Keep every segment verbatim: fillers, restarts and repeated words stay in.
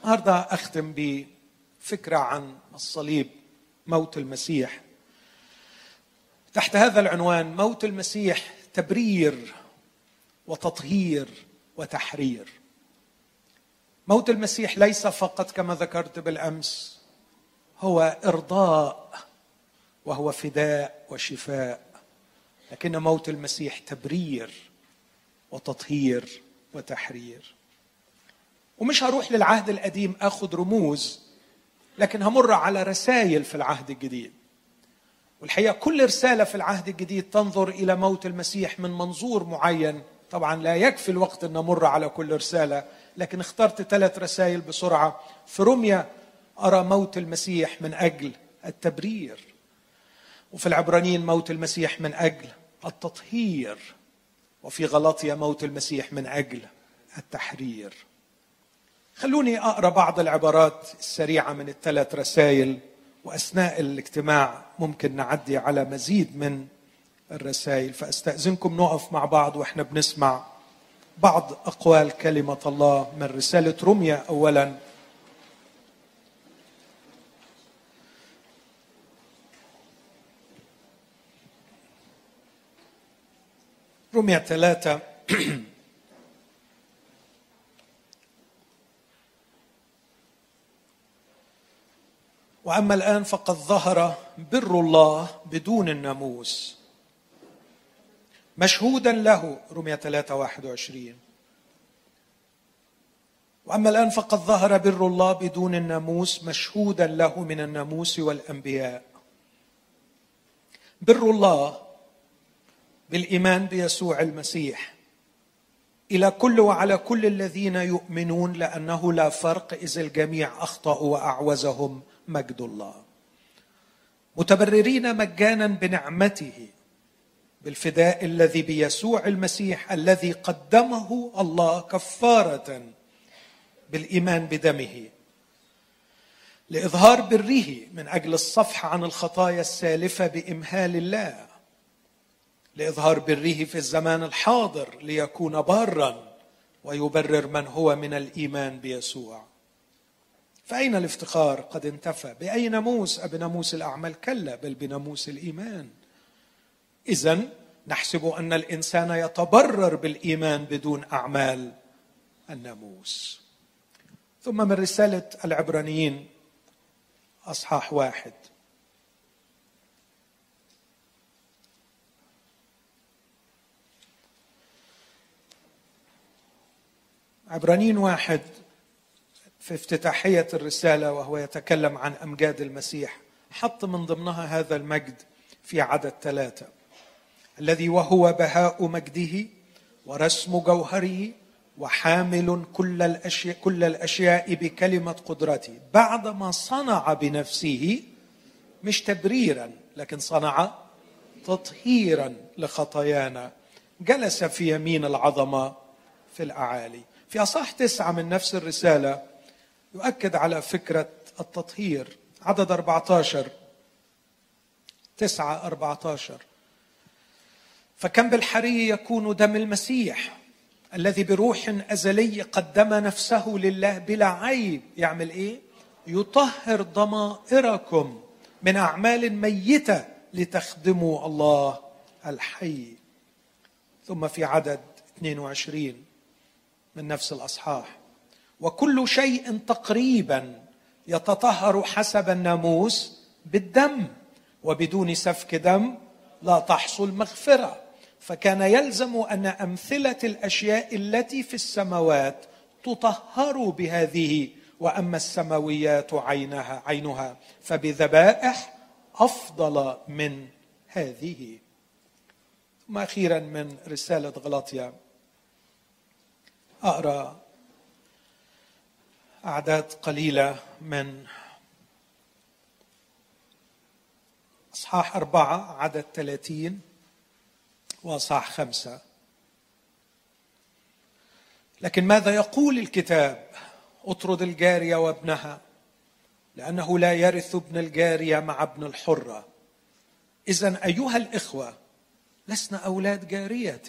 النهارده أختم بفكرة عن الصليب، موت المسيح، تحت هذا العنوان: موت المسيح تبرير وتطهير وتحرير. موت المسيح ليس فقط كما ذكرت بالأمس هو إرضاء وهو فداء وشفاء، لكن موت المسيح تبرير وتطهير وتحرير. ومش هروح للعهد القديم أخذ رموز، لكن همر على رسائل في العهد الجديد. والحقيقة كل رسالة في العهد الجديد تنظر إلى موت المسيح من منظور معين. طبعا لا يكفي الوقت أن نمر على كل رسالة، لكن اخترت ثلاث رسائل بسرعة. في روميا أرى موت المسيح من أجل التبرير، وفي العبرانيين موت المسيح من أجل التطهير، وفي غلاطيا موت المسيح من أجل التحرير. خلوني أقرأ بعض العبارات السريعة من الثلاث رسائل، وأثناء الاجتماع ممكن نعدي على مزيد من الرسائل، فأستأذنكم نقف مع بعض وإحنا بنسمع بعض أقوال كلمة الله من رسالة روميا. أولا، روميا ثلاثة وأما الآن فقد ظهر بر الله بدون الناموس مشهودا له. روميا ثلاثة واحد وعشرين. وأما الآن فقد ظهر بر الله بدون الناموس مشهودا له من الناموس والأنبياء. بر الله بالإيمان بيسوع المسيح إلى كل وعلى كل الذين يؤمنون، لأنه لا فرق إذ الجميع أخطأوا وأعوزهم مجد الله، متبررين مجانا بنعمته بالفداء الذي بيسوع المسيح، الذي قدمه الله كفارة بالإيمان بدمه، لإظهار بره من أجل الصفح عن الخطايا السالفة بإمهال الله، لإظهار بره في الزمان الحاضر ليكون بارا ويبرر من هو من الإيمان بيسوع. فأين الافتخار؟ قد انتفى. بأي ناموس؟ أبناموس الأعمال؟ كلا، بل بناموس الإيمان. إذن نحسب أن الإنسان يتبرر بالإيمان بدون أعمال الناموس. ثم من رسالة العبرانيين أصحاح واحد، عبرانيين واحد في افتتاحية الرسالة وهو يتكلم عن أمجاد المسيح، حط من ضمنها هذا المجد في عدد ثلاثة: الذي وهو بهاء مجده ورسم جوهره وحامل كل الأشياء, كل الأشياء بكلمة قدرته، بعدما صنع بنفسه مش تبريرا لكن صنع تطهيرا لخطايانا، جلس في يمين العظمة في الأعالي. في أصحاح تسعة من نفس الرسالة يؤكد على فكرة التطهير. عدد أربعة عشر، تسعة أربعة عشر: فكم بالحري يكون دم المسيح الذي بروح أزلي قدم نفسه لله بلا عيب. يعمل إيه؟ يطهر ضمائركم من أعمال ميتة لتخدموا الله الحي. ثم في عدد اثنين وعشرين من نفس الأصحاح: وكل شيء تقريبا يتطهر حسب الناموس بالدم، وبدون سفك دم لا تحصل مغفرة. فكان يلزم أن أمثلة الأشياء التي في السماوات تطهر بهذه، وأما السماويات عينها عينها فبذبائح أفضل من هذه. ثم أخيرا من رسالة غلاطيا أقرأ أعداد قليلة من أصحاح أربعة عدد ثلاثين وأصحاح خمسة. لكن ماذا يقول الكتاب؟ اطرد الجارية وابنها، لأنه لا يرث ابن الجارية مع ابن الحرة. إذن أيها الإخوة لسنا أولاد جارية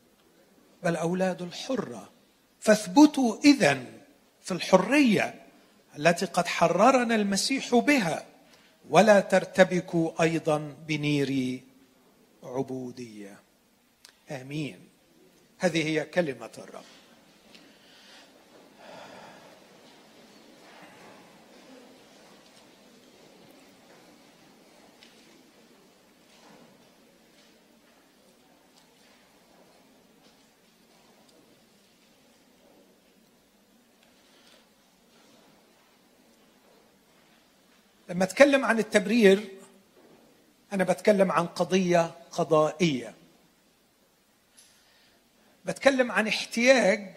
بل أولاد الحرة، فاثبتوا إذن في الحرية التي قد حررنا المسيح بها، ولا ترتبكوا أيضا بنير عبودية. آمين. هذه هي كلمة الرب. لما أتكلم عن التبرير أنا بتكلم عن قضية قضائية، بتكلم عن احتياج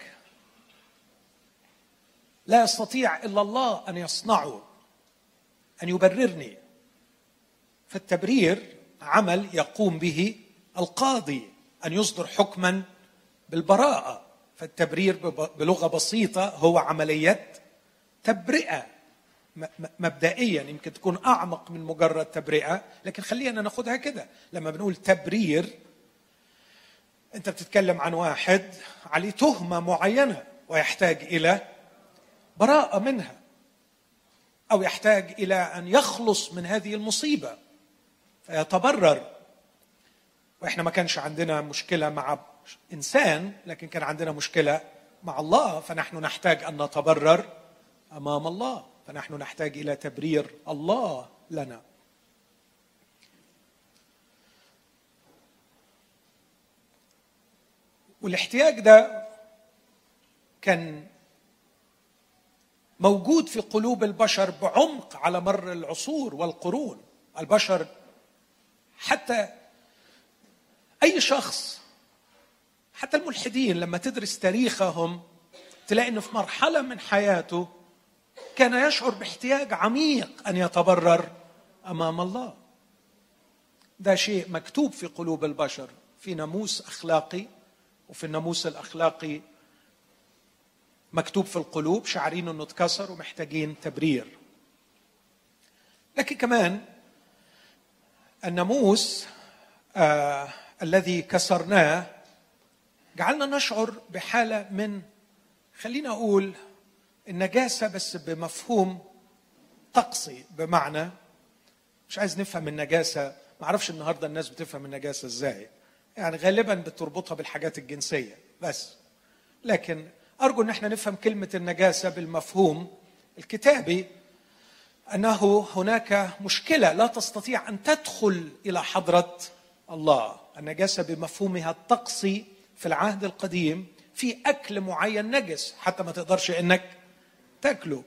لا يستطيع إلا الله أن يصنعه، أن يبررني. فالتبرير عمل يقوم به القاضي، أن يصدر حكما بالبراءة. فالتبرير بلغة بسيطة هو عملية تبرئة مبدئيا، يمكن تكون أعمق من مجرد تبرئة، لكن خلينا ناخدها كده. لما بنقول تبرير أنت بتتكلم عن واحد عليه تهمة معينة ويحتاج إلى براءة منها، أو يحتاج إلى أن يخلص من هذه المصيبة فيتبرر. وإحنا ما كانش عندنا مشكلة مع إنسان، لكن كان عندنا مشكلة مع الله، فنحن نحتاج أن نتبرر أمام الله، فنحن نحتاج إلى تبرير الله لنا. والاحتياج ده كان موجود في قلوب البشر بعمق على مر العصور والقرون. البشر حتى أي شخص، حتى الملحدين لما تدرس تاريخهم تلاقي أنه في مرحلة من حياته كان يشعر باحتياج عميق أن يتبرر أمام الله. ده شيء مكتوب في قلوب البشر، في ناموس أخلاقي، وفي الناموس الأخلاقي مكتوب في القلوب شعرين أنه اتكسر ومحتاجين تبرير. لكن كمان الناموس آه الذي كسرناه جعلنا نشعر بحالة من، خلينا أقول النجاسة، بس بمفهوم طقسي، بمعنى مش عايز نفهم النجاسة. ما اعرفش النهاردة الناس بتفهم النجاسة ازاي، يعني غالبا بتربطها بالحاجات الجنسية بس، لكن أرجو أن احنا نفهم كلمة النجاسة بالمفهوم الكتابي، أنه هناك مشكلة لا تستطيع أن تدخل إلى حضرة الله. النجاسة بمفهومها الطقسي في العهد القديم في أكل معين نجس حتى ما تقدرش إنك تأكله،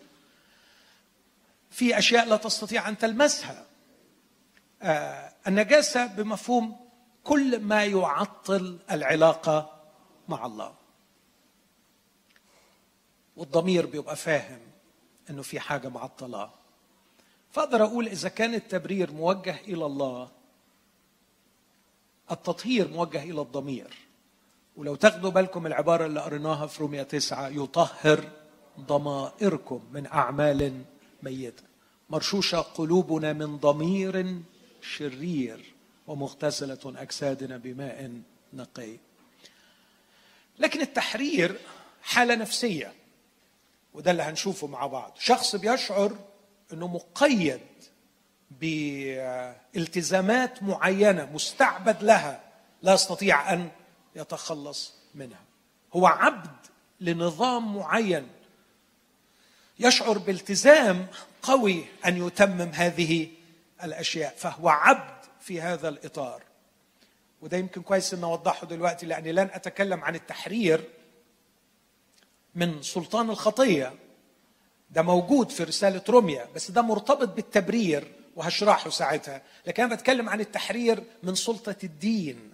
في أشياء لا تستطيع أن تلمسها. آه النجاسة بمفهوم كل ما يعطل العلاقة مع الله، والضمير بيبقى فاهم أنه في حاجة معطلة. فأقدر أقول إذا كان التبرير موجه إلى الله، التطهير موجه إلى الضمير. ولو تاخدوا بالكم العبارة اللي قريناها في رومية تسعة، يطهر ضمائركم من أعمال ميتة، مرشوشة قلوبنا من ضمير شرير، ومغتسلة أجسادنا بماء نقي. لكن التحرير حالة نفسية، وده اللي هنشوفه مع بعض. شخص بيشعر أنه مقيد بالتزامات معينة، مستعبد لها، لا يستطيع أن يتخلص منها. هو عبد لنظام معين، يشعر بالتزام قوي أن يتمم هذه الأشياء، فهو عبد في هذا الإطار. وده يمكن كويس أن أوضحه دلوقتي، لأني لن أتكلم عن التحرير من سلطان الخطية، ده موجود في رسالة روميا، بس ده مرتبط بالتبرير وهشرحه ساعتها. لكن أنا بتكلم عن التحرير من سلطة الدين،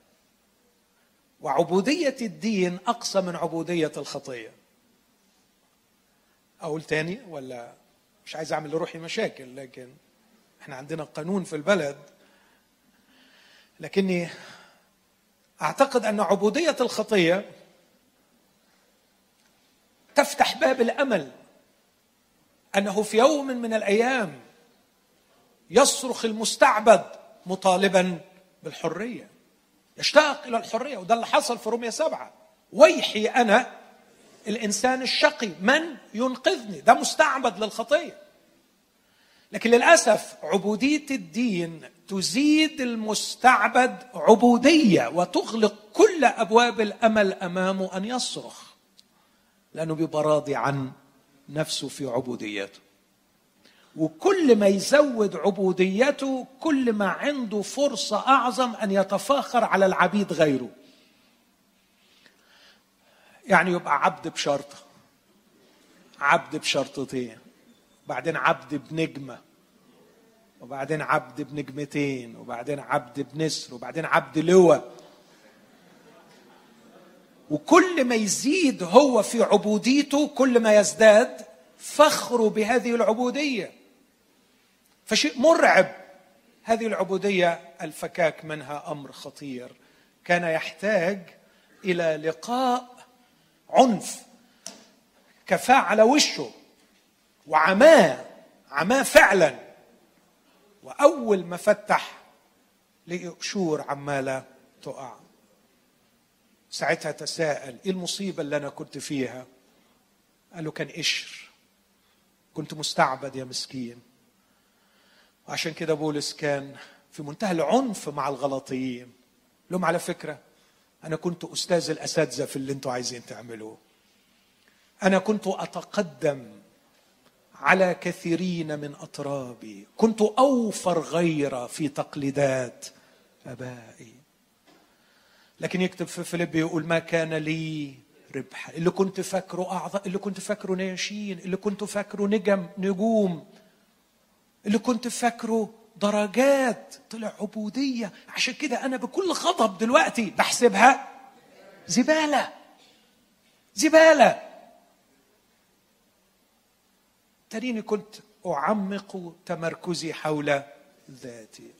وعبودية الدين أقصى من عبودية الخطية. أقول تاني ولا مش عايز أعمل لروحي مشاكل، لكن إحنا عندنا قانون في البلد. لكني أعتقد أن عبودية الخطية تفتح باب الأمل أنه في يوم من الأيام يصرخ المستعبد مطالبا بالحرية، يشتاق إلى الحرية. وده اللي حصل في رومية سبعة، ويحي أنا الإنسان الشقي من ينقذني؟ ده مستعبد للخطية. لكن للأسف عبودية الدين تزيد المستعبد عبودية وتغلق كل أبواب الأمل أمامه أن يصرخ، لأنه بيبقى راضي عن نفسه في عبوديته. وكل ما يزود عبوديته كل ما عنده فرصة أعظم أن يتفاخر على العبيد غيره. يعني يبقى عبد بشرطة، عبد بشرطتين، بعدين عبد بنجمة، وبعدين عبد بنجمتين، وبعدين عبد بنسر، وبعدين عبد لواء. وكل ما يزيد هو في عبوديته كل ما يزداد فخره بهذه العبودية. فشيء مرعب هذه العبودية، الفكاك منها أمر خطير. كان يحتاج إلى لقاء عنف، كفاه على وشه وعماه عماه فعلا. وأول ما فتح لقي قشور عمالة تقع. ساعتها تساءل إيه المصيبة اللي أنا كنت فيها؟ قال له كان قشر، كنت مستعبد يا مسكين. وعشان كده بولس كان في منتهى العنف مع الغلاطيين. لهم على فكرة أنا كنت أستاذ الأساتذة في اللي أنتوا عايزين تعملوه. أنا كنت أتقدم على كثيرين من أطرابي، كنت أوفر غيرة في تقليدات آبائي. لكن يكتب في فيليبي يقول ما كان لي ربح، اللي كنت فاكره أعظم، اللي كنت فاكره ناشين، اللي كنت فاكره نجم نجوم، اللي كنت فاكره درجات، طلع عبودية. عشان كده أنا بكل غضب دلوقتي بحسبها زبالة زبالة. تريني كنت أعمق تمركزي حول ذاتي،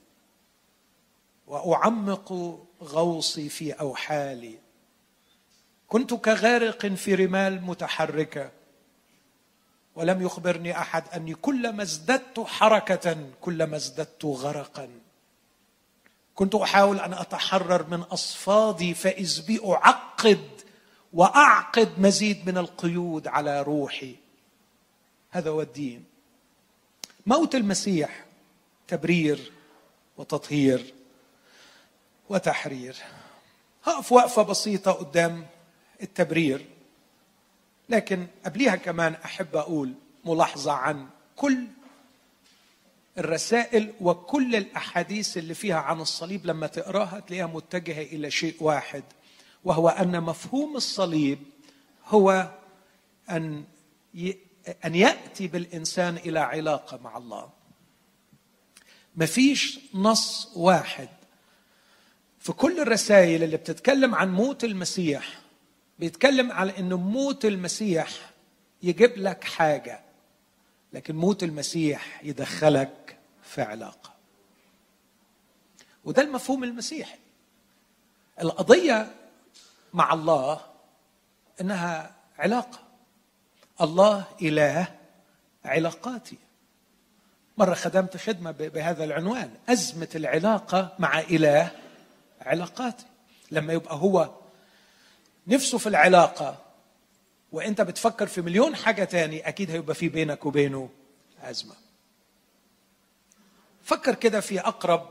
وأعمق غوصي في أوحالي. كنت كغارق في رمال متحركة، ولم يخبرني أحد أني كلما ازددت حركة كلما ازددت غرقا. كنت أحاول أن أتحرر من أصفادي، فإذ بي أعقد وأعقد مزيد من القيود على روحي. هذا هو الدين. موت المسيح تبرير وتطهير وتحرير. هقف وقفة بسيطة قدام التبرير، لكن قبليها كمان أحب أقول ملاحظة عن كل الرسائل وكل الأحاديث اللي فيها عن الصليب. لما تقراها تلاقيها متجهة إلى شيء واحد، وهو أن مفهوم الصليب هو أن أن يأتي بالإنسان إلى علاقة مع الله. مفيش نص واحد في كل الرسائل اللي بتتكلم عن موت المسيح بيتكلم على أن موت المسيح يجيب لك حاجة، لكن موت المسيح يدخلك في علاقة. وده المفهوم المسيحي. القضية مع الله إنها علاقة. الله إله علاقاتي. مرة خدمت خدمة بهذا العنوان، أزمة العلاقة مع إله علاقاتي. لما يبقى هو نفسه في العلاقة وإنت بتفكر في مليون حاجة تاني، أكيد هيبقى في بينك وبينه أزمة. فكر كده في أقرب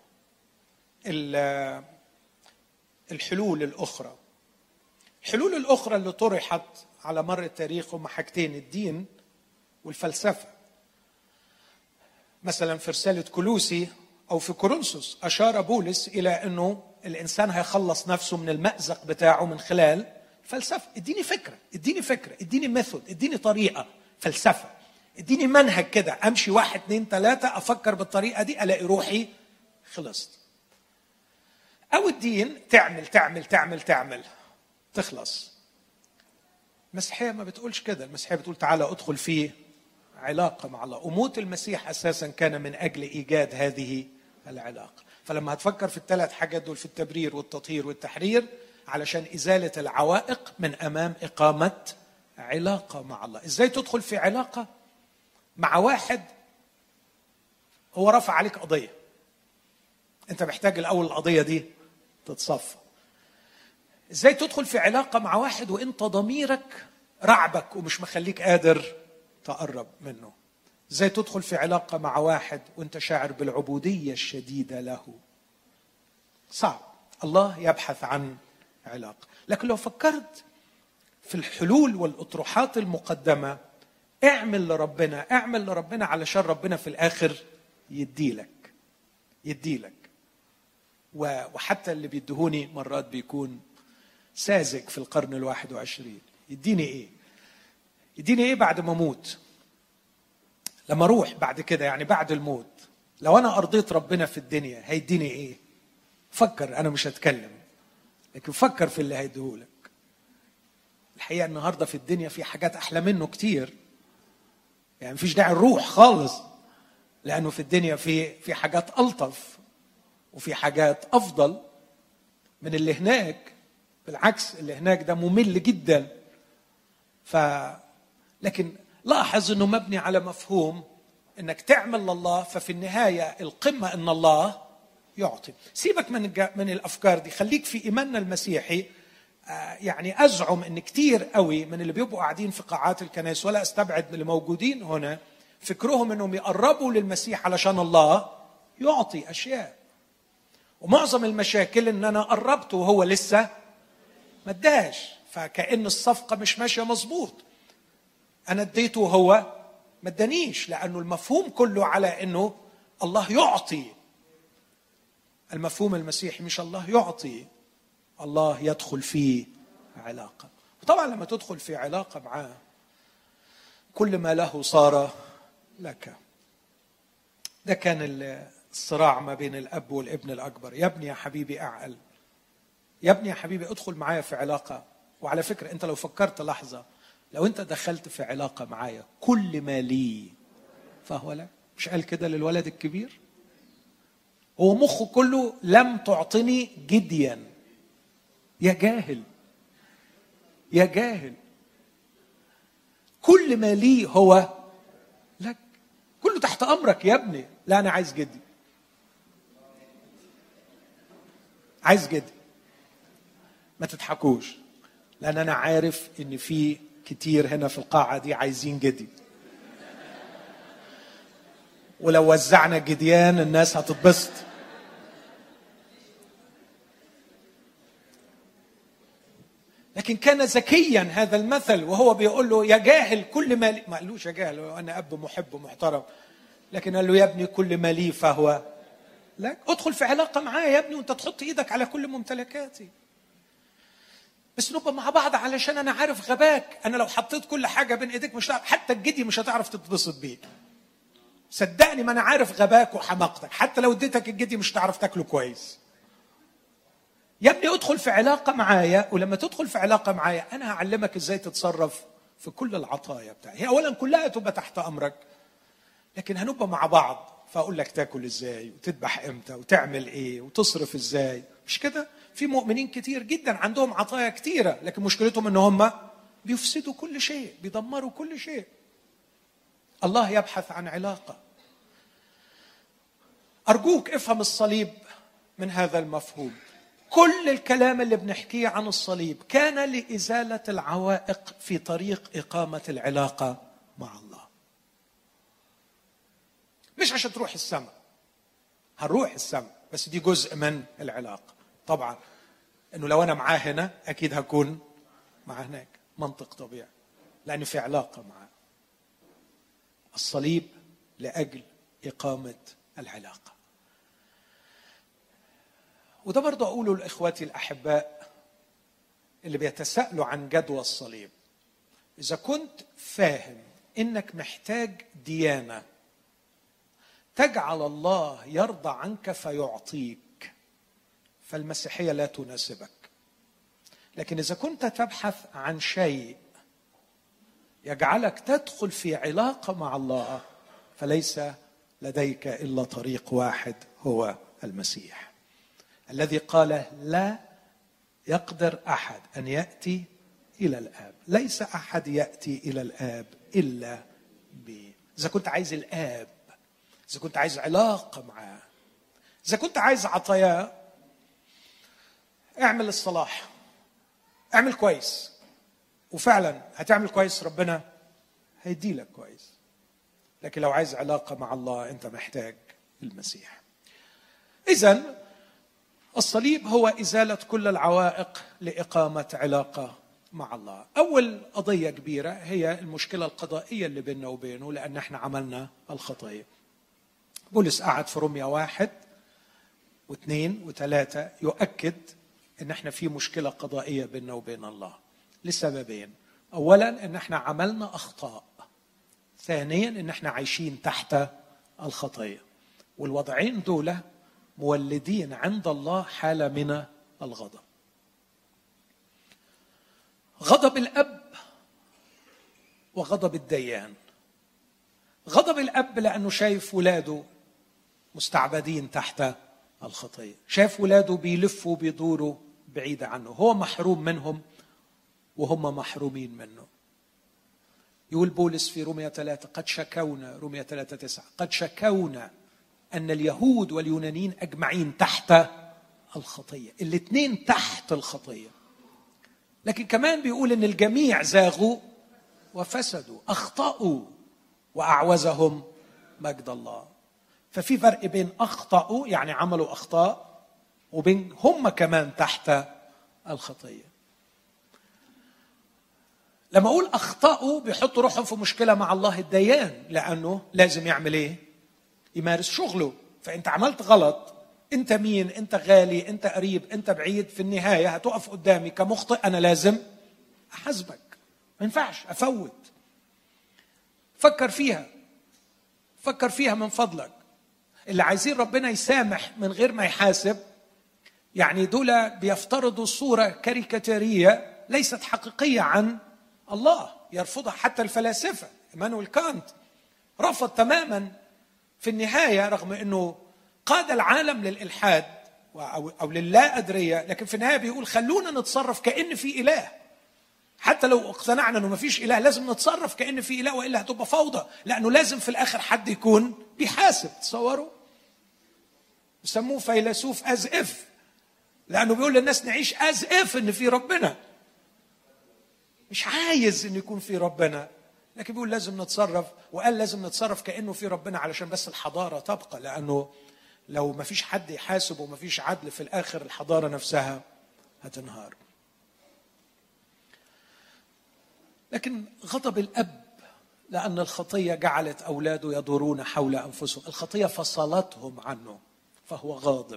الحلول الأخرى. الحلول الأخرى اللي طرحت على مر التاريخ هم حاجتين: الدين والفلسفة. مثلا في رسالة كولوسي أو في كورنثوس أشار بولس إلى أنه الإنسان هيخلص نفسه من المأزق بتاعه من خلال فلسفة. اديني فكرة، اديني فكرة، اديني ميثود، اديني طريقة، فلسفة، اديني منهج كده أمشي واحد اتنين تلاتة أفكر بالطريقة دي ألاقي روحي خلصت. أو الدين تعمل تعمل تعمل تعمل تخلص. المسيحية ما بتقولش كده. المسيحية بتقول تعالى أدخل في علاقة مع الله. وموت المسيح أساسا كان من أجل إيجاد هذه العلاقة. فلما هتفكر في الثلاث حاجات دول، في التبرير والتطهير والتحرير، علشان إزالة العوائق من أمام إقامة علاقة مع الله. إزاي تدخل في علاقة مع واحد هو رفع عليك قضية؟ أنت محتاج الأول القضية دي تتصفى. إزاي تدخل في علاقة مع واحد وإنت ضميرك رعبك ومش مخليك قادر تقرب منه. ازاي تدخل في علاقة مع واحد وانت شاعر بالعبودية الشديدة له؟ صعب. الله يبحث عن علاقة. لكن لو فكرت في الحلول والأطروحات المقدمة، اعمل لربنا اعمل لربنا علشان ربنا في الآخر يديلك يديلك وحتى اللي بيدهوني مرات بيكون ساذج في القرن الواحد وعشرين. يديني ايه؟ يديني ايه بعد ما اموت؟ لما اروح بعد كده، يعني بعد الموت، لو انا ارضيت ربنا في الدنيا هيديني ايه؟ فكر. انا مش هتكلم، لكن فكر في اللي هيديهولك. الحقيقة النهاردة في الدنيا في حاجات احلى منه كتير، يعني مفيش داعي نروح خالص، لانه في الدنيا في في حاجات الطف وفي حاجات افضل من اللي هناك. بالعكس، اللي هناك ده ممل جدا. ف لكن لاحظ انه مبني على مفهوم انك تعمل لله، ففي النهايه القمه ان الله يعطي. سيبك من من الافكار دي، خليك في ايماننا المسيحي. آه يعني ازعم ان كتير قوي من اللي بيبقوا قاعدين في قاعات الكنائس، ولا استبعد من اللي موجودين هنا، فكرهم انهم يقربوا للمسيح علشان الله يعطي اشياء. ومعظم المشاكل ان انا قربت وهو لسه ما اداش، فكأن الصفقه مش ماشيه مظبوط. انا اديته وهو ما ادانيش، لانه المفهوم كله على انه الله يعطي. المفهوم المسيحي مش الله يعطي، الله يدخل في علاقه. وطبعا لما تدخل في علاقه معاه كل ما له صار لك. ده كان الصراع ما بين الاب والابن الاكبر. يا ابني يا حبيبي اعقل، يا ابني يا حبيبي ادخل معايا في علاقه. وعلى فكره انت لو فكرت لحظه، لو انت دخلت في علاقه معايا كل ما لي فهو لك. مش قال كده للولد الكبير؟ هو مخه كله لم تعطني جديا. يا جاهل يا جاهل، كل ما لي هو لك، كله تحت امرك يا ابني. لا انا عايز جدي، عايز جدي. ما تضحكوش، لان انا عارف ان في كتير هنا في القاعه دي عايزين جدي، ولو وزعنا جديان الناس هتتبسط. لكن كان ذكيا هذا المثل وهو بيقول له يا جاهل كل ما لي. ما قالوش يا جاهل، انا اب محب ومحترم، لكن قال له يا ابني كل ما لي فهو لك. ادخل في علاقه معايا يا ابني وانت تحط ايدك على كل ممتلكاتي، بس نبقى مع بعض علشان انا عارف غباك. انا لو حطيت كل حاجه بين ايديك مش هتعرف، حتى الجدي مش هتعرف تتبسط بيه. صدقني، ما انا عارف غباك وحماقتك. حتى لو اديتك الجدي مش هتعرف تاكله كويس. يا ابني ادخل في علاقه معايا، ولما تدخل في علاقه معايا انا هعلمك ازاي تتصرف في كل العطايا بتاعي. هي اولا كلها تبقى تحت امرك، لكن هنبقى مع بعض، فاقول لك تاكل ازاي وتذبح امتى وتعمل ايه وتصرف ازاي. مش كده؟ في مؤمنين كتير جدا عندهم عطايا كتيره، لكن مشكلتهم ان هم بيفسدوا كل شيء، بيدمروا كل شيء. الله يبحث عن علاقه. ارجوك افهم الصليب من هذا المفهوم. كل الكلام اللي بنحكيه عن الصليب كان لإزالة العوائق في طريق إقامة العلاقة مع الله. مش عشان تروح السماء، هنروح السماء بس دي جزء من العلاقة. طبعا إنه لو أنا معاه هنا أكيد هكون معاه هناك، منطق طبيعي، لأن في علاقة معاه. الصليب لأجل إقامة العلاقة. وده برضه أقوله لإخواتي الأحباء اللي بيتساءلوا عن جدوى الصليب. إذا كنت فاهم إنك محتاج ديانة تجعل الله يرضى عنك فيعطيك، فالمسيحية لا تناسبك. لكن إذا كنت تبحث عن شيء يجعلك تدخل في علاقة مع الله، فليس لديك إلا طريق واحد، هو المسيح الذي قال لا يقدر أحد أن يأتي إلى الآب. ليس أحد يأتي إلى الآب إلا بي. إذا كنت عايز الآب، إذا كنت عايز علاقة معاه، إذا كنت عايز عطاياه، اعمل الصلاح، اعمل كويس، وفعلا هتعمل كويس ربنا هيدي لك كويس. لكن لو عايز علاقة مع الله أنت محتاج المسيح. إذن الصليب هو إزالة كل العوائق لإقامة علاقة مع الله. أول قضية كبيرة هي المشكلة القضائية اللي بيننا وبينه، لأن احنا عملنا الخطية. بولس قعد في رومية واحد واثنين وثلاثة يؤكد ان احنا في مشكلة قضائية بيننا وبين الله لسببين. اولا ان احنا عملنا اخطاء، ثانيا ان احنا عايشين تحت الخطية، والوضعين دول مولدين عند الله حالة من الغضب. غضب الاب وغضب الديان. غضب الاب لانه شايف ولاده مستعبدين تحت الخطية، شايف ولاده بيلفوا بيدوروا بعيد عنه، هو محروم منهم وهم محرومين منه. يقول بولس في رومية ثلاثة قد شكونا، رومية ثلاثة تسعة، قد شكونا أن اليهود واليونانيين أجمعين تحت الخطية. الاثنين تحت الخطية. لكن كمان بيقول أن الجميع زاغوا وفسدوا، أخطأوا وأعوزهم مجد الله. ففي فرق بين أخطأوا يعني عملوا أخطاء، وبين هم كمان تحت الخطية. لما أقول أخطأوا بيحطوا روحهم في مشكلة مع الله الديان، لأنه لازم يعمل إيه؟ يمارس شغله. فأنت عملت غلط، أنت مين؟ أنت غالي، أنت قريب، أنت بعيد، في النهاية هتقف قدامي كمخطئ، أنا لازم أحاسبك، ما ينفعش أفوت. فكر فيها، فكر فيها من فضلك. اللي عايزين ربنا يسامح من غير ما يحاسب، يعني دول بيفترضوا صورة كاريكاتيرية ليست حقيقية عن الله، يرفضها حتى الفلاسفة. إيمانويل كانت رفض تماما في النهاية، رغم أنه قاد العالم للإلحاد أو لللا أدرية، لكن في النهاية بيقول خلونا نتصرف كأن في إله. حتى لو اقتنعنا أنه ما فيش إله لازم نتصرف كأن في إله، وإلا هتبقى فوضى، لأنه لازم في الآخر حد يكون بيحاسب. تصوروا؟ يسموه فيلسوف as if، لأنه بيقول للناس نعيش as if إن في ربنا. مش عايز إن يكون في ربنا، لكن بيقول لازم نتصرف، وقال لازم نتصرف كأنه في ربنا علشان بس الحضارة تبقى، لأنه لو ما فيش حد يحاسب وما فيش عدل في الآخر الحضارة نفسها هتنهار. لكن غضب الأب لأن الخطية جعلت أولاده يدورون حول أنفسهم، الخطية فصلتهم عنه، فهو غاضب،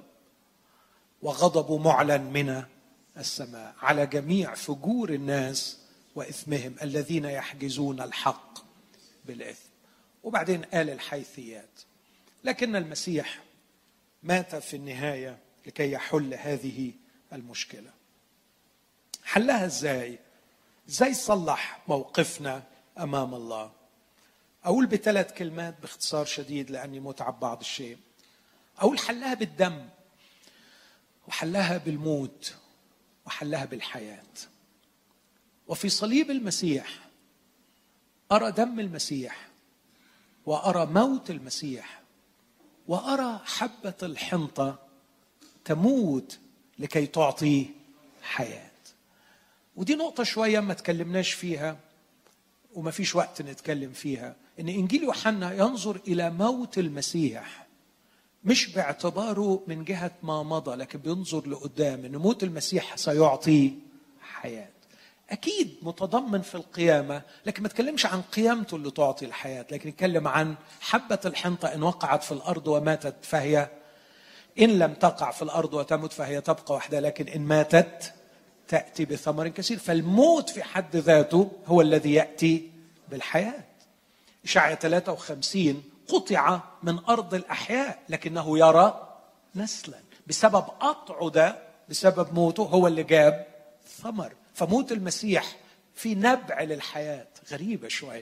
وغضبه معلن من السماء على جميع فجور الناس وإثمهم الذين يحجزون الحق بالإثم. وبعدين قال الحيثيات. لكن المسيح مات في النهاية لكي يحل هذه المشكلة. حلها إزاي؟ إزاي صلح موقفنا أمام الله؟ أقول بثلاث كلمات باختصار شديد لأني متعب بعض الشيء. أقول حلها بالدم، وحلها بالموت، وحلها بالحياة. وفي صليب المسيح أرى دم المسيح، وأرى موت المسيح، وأرى حبة الحنطة تموت لكي تعطي حياة. ودي نقطة شوية ما تكلمناش فيها وما فيش وقت نتكلم فيها، إن إنجيل يوحنا ينظر إلى موت المسيح مش باعتباره من جهة ما مضى، لكن بينظر لقدام إن موت المسيح سيعطي حياة. أكيد متضمن في القيامة، لكن ما تكلمش عن قيامته اللي تعطي الحياة، لكن يتكلم عن حبة الحنطة إن وقعت في الأرض وماتت فهي، إن لم تقع في الأرض وتمت فهي تبقى وحدها، لكن إن ماتت تأتي بثمر كثير. فالموت في حد ذاته هو الذي يأتي بالحياة. إشعياء ثلاثة وخمسين قطع من أرض الأحياء لكنه يرى نسلا، بسبب قطعه ده، بسبب موته هو اللي جاب ثمر. فموت المسيح في نبع للحياة. غريبة شوية،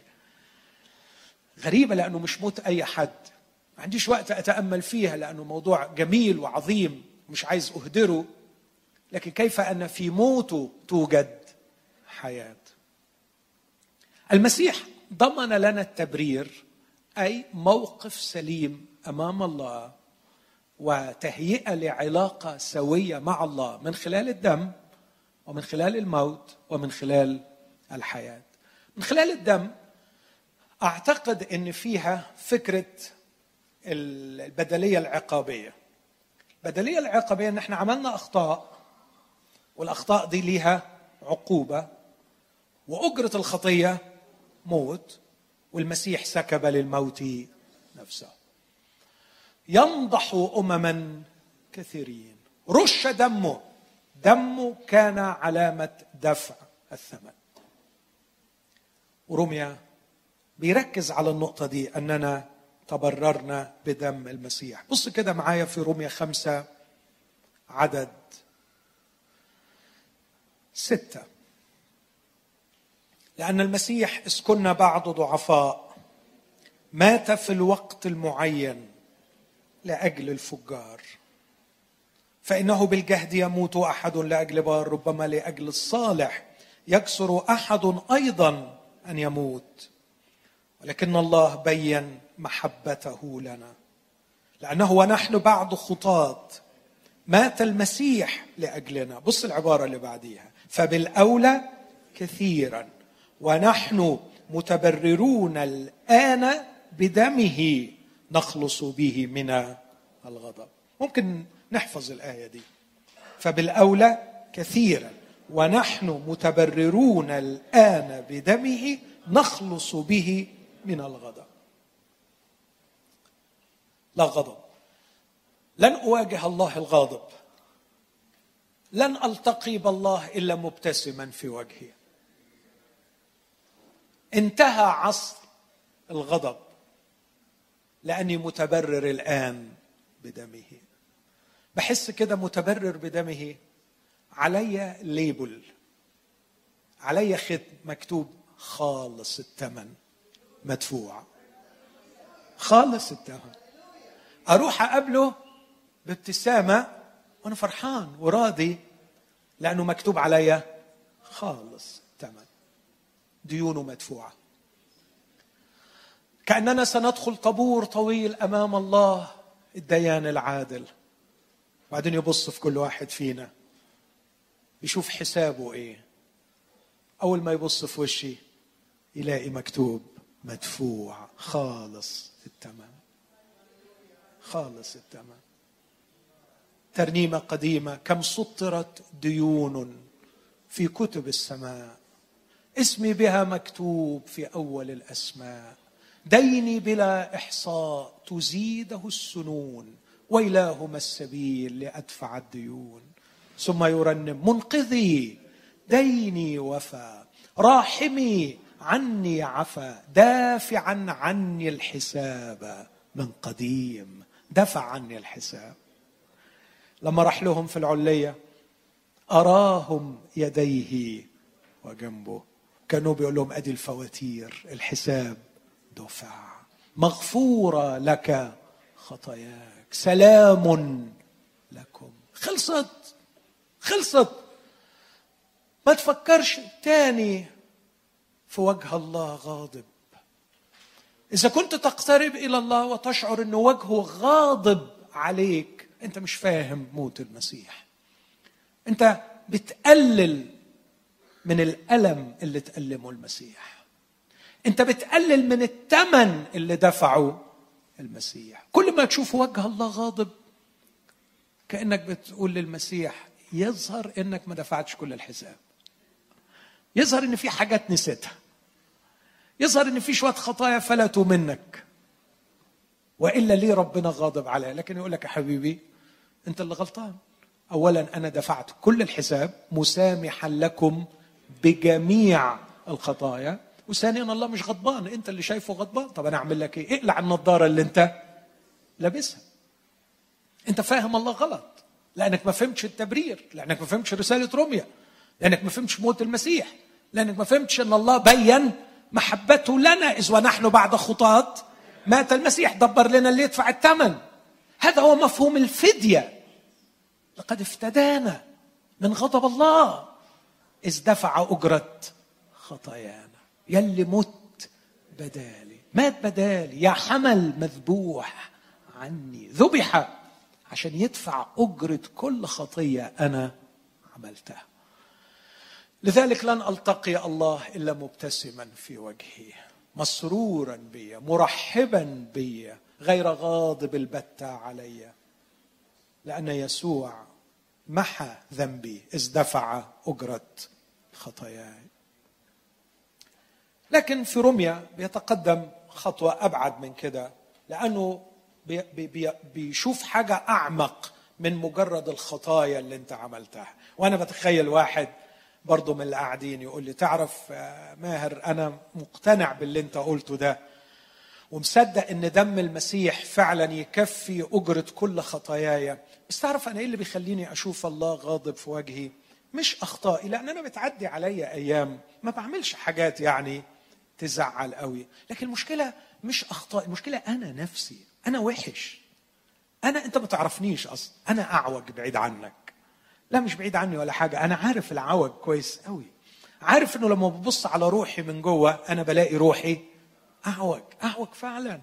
غريبة لأنه مش موت أي حد. ما عنديش وقت أتأمل فيها لأنه موضوع جميل وعظيم مش عايز أهدره، لكن كيف أن في موته توجد حياة. المسيح ضمن لنا التبرير، أي موقف سليم أمام الله وتهيئة لعلاقة سوية مع الله من خلال الدم ومن خلال الموت ومن خلال الحياة. من خلال الدم أعتقد أن فيها فكرة البدلية العقابية. البدلية العقابية أن احنا عملنا أخطاء، والأخطاء دي ليها عقوبة، وأجرة الخطية موت، والمسيح سكب للموت نفسه. ينضح أمما كثيرين، رش دمه، دمه كان علامة دفع الثمن. ورمية بيركز على النقطة دي، أننا تبررنا بدم المسيح. بص كده معايا في رمية خمسة عدد ستة. لأن المسيح إذ كنا بعد ضعفاء مات في الوقت المعين لأجل الفجار، فإنه بالجهد يموت أحد لأجل بار، ربما لأجل الصالح يكسر أحد أيضا أن يموت. ولكن الله بين محبته لنا، لأنه ونحن بعد خطاة مات المسيح لأجلنا. بص العبارة اللي بعديها، فبالأولى كثيرا ونحن متبررون الآن بدمه نخلص به من الغضب. ممكن نحفظ الآية دي، فبالأولى كثيرا ونحن متبررون الآن بدمه نخلص به من الغضب. لا غضب، لن أواجه الله الغاضب، لن ألتقي بالله إلا مبتسما في وجهه. انتهى عصر الغضب لأني متبرر الآن بدمه. بحس كده متبرر بدمه، علي ليبل، علي ختم مكتوب خالص الثمن مدفوع، خالص الثمن. أروح أقابله بابتسامة وأنا فرحان وراضي لأنه مكتوب علي خالص الثمن، ديونه مدفوعة. كأننا سندخل طابور طويل أمام الله الديان العادل، وبعدين يبص في كل واحد فينا يشوف حسابه إيه. أول ما يبص في وشي يلاقي مكتوب مدفوع خالص الثمن، خالص الثمن. ترنيمة قديمة، كم سطرت ديون في كتب السماء، اسمي بها مكتوب في أول الأسماء، ديني بلا إحصاء تزيده السنون، وإلهما السبيل لأدفع الديون. ثم يرنم، منقذي ديني وفى، راحمي عني عفا، دافعا عني الحساب من قديم، دفع عني الحساب. لما راح لهم في العلية أراهم يديه وجنبه، كانوا بيقول لهم أدي الفواتير، الحساب دفع، مغفورة لك خطاياك، سلام لكم. خلصت خلصت. ما تفكرش تاني في وجه الله غاضب. إذا كنت تقترب إلى الله وتشعر أنه وجهه غاضب عليك، أنت مش فاهم موت المسيح. أنت بتقلل من الألم اللي تألمه المسيح، أنت بتقلل من الثمن اللي دفعه المسيح. كل ما تشوف وجه الله غاضب كأنك بتقول للمسيح يظهر أنك ما دفعتش كل الحساب، يظهر أن في حاجات نسيتها، يظهر أن في شوية خطايا فلتوا منك، وإلا ليه ربنا غاضب عليه. لكن يقول لك يا حبيبي أنت اللي غلطان. أولا أنا دفعت كل الحساب مسامحا لكم بجميع الخطايا، وثانيا الله مش غضبان، أنت اللي شايفه غضبان. طب أنا أعمل لك إيه؟ اقلع النظارة اللي أنت لابسها. أنت فاهم الله غلط لأنك ما فهمتش التبرير، لأنك ما فهمتش رسالة روميا، لأنك ما فهمتش موت المسيح، لأنك ما فهمتش أن الله بين محبته لنا. إذ ونحن بعد خطاة مات المسيح، دبر لنا اللي يدفع الثمن. هذا هو مفهوم الفدية. لقد افتدانا من غضب الله إذ دفع أجرة خطايانا. يلي مت بدالي، مات بدالي، يا حمل مذبوح عني، ذبح عشان يدفع أجرة كل خطية أنا عملتها. لذلك لن ألتقي الله إلا مبتسما في وجهي، مسرورا بي، مرحبا بي، غير غاضب البتة علي، لأن يسوع محى ذنبي إذ دفع أجرة خطاياي. لكن في روميا بيتقدم خطوة أبعد من كده، لأنه بي بي بيشوف حاجة أعمق من مجرد الخطايا اللي انت عملتها. وأنا بتخيل واحد برضو من اللي قاعدين يقول لي: تعرف ماهر، أنا مقتنع باللي انت قلته ده ومصدق ان دم المسيح فعلا يكفي أجرة كل خطاياي، بس تعرف أنا إيه اللي بيخليني أشوف الله غاضب في وجهي؟ مش أخطائي، لأن أنا بتعدي علي أيام ما بعملش حاجات يعني تزعل قوي، لكن المشكلة مش أخطائي، المشكلة أنا نفسي، أنا وحش، أنا أنت ما تعرفنيش أصلا، أنا أعوج بعيد عنك. لا مش بعيد عني ولا حاجة، أنا عارف العوج كويس قوي، عارف أنه لما ببص على روحي من جوه أنا بلاقي روحي أعوج أعوج فعلا.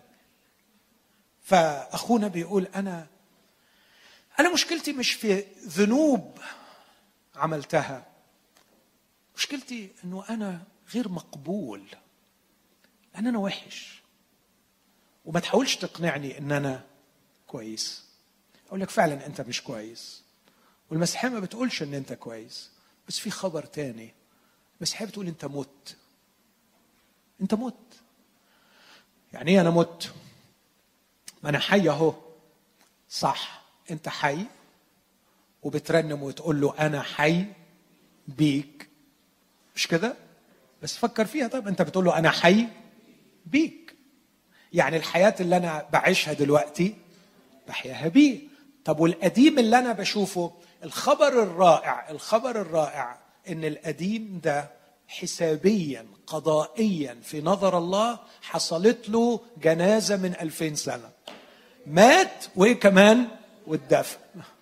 فأخونا بيقول أنا أنا مشكلتي مش في ذنوب عملتها، مشكلتي أنه أنا غير مقبول، لأن أنا وحش، وما تحاولش تقنعني أن أنا كويس. أقول لك فعلا أنت مش كويس، والمسيحية ما بتقولش أن أنت كويس، بس في خبر تاني، المسيحية بتقول أنت مت. أنت مت. يعني إيه أنا مت؟ ما أنا حي أهو، صح، أنت حي وبترنم وتقول له أنا حي بيك، مش كده؟ بس فكر فيها. طب أنت بتقول له أنا حي بيك، يعني الحياة اللي أنا بعيشها دلوقتي بحياها بيه. طب والقديم اللي أنا بشوفه، الخبر الرائع الخبر الرائع إن القديم ده حسابيا قضائيا في نظر الله حصلت له جنازة من ألفين سنة، مات وإيه كمان والدفن،